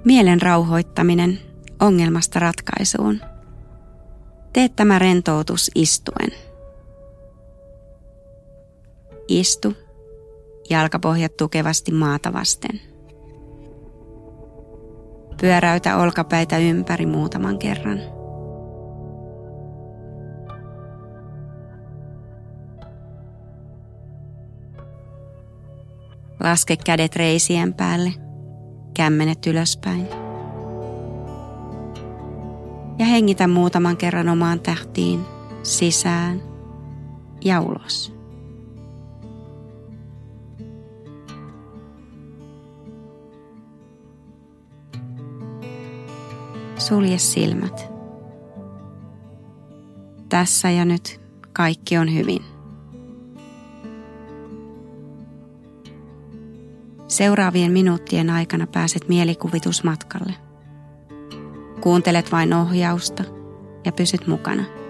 Mielen rauhoittaminen ongelmasta ratkaisuun. Tee tämä rentoutus istuen. Istu, jalkapohjat tukevasti maata vasten. Pyöräytä olkapäitä ympäri muutaman kerran. Laske kädet reisien päälle, kämmenet ylöspäin. Ja hengitä muutaman kerran omaan tähtiin, sisään ja ulos. Sulje silmät. Tässä ja nyt kaikki on hyvin. Seuraavien minuuttien aikana pääset mielikuvitusmatkalle. Kuuntelet vain ohjausta ja pysyt mukana.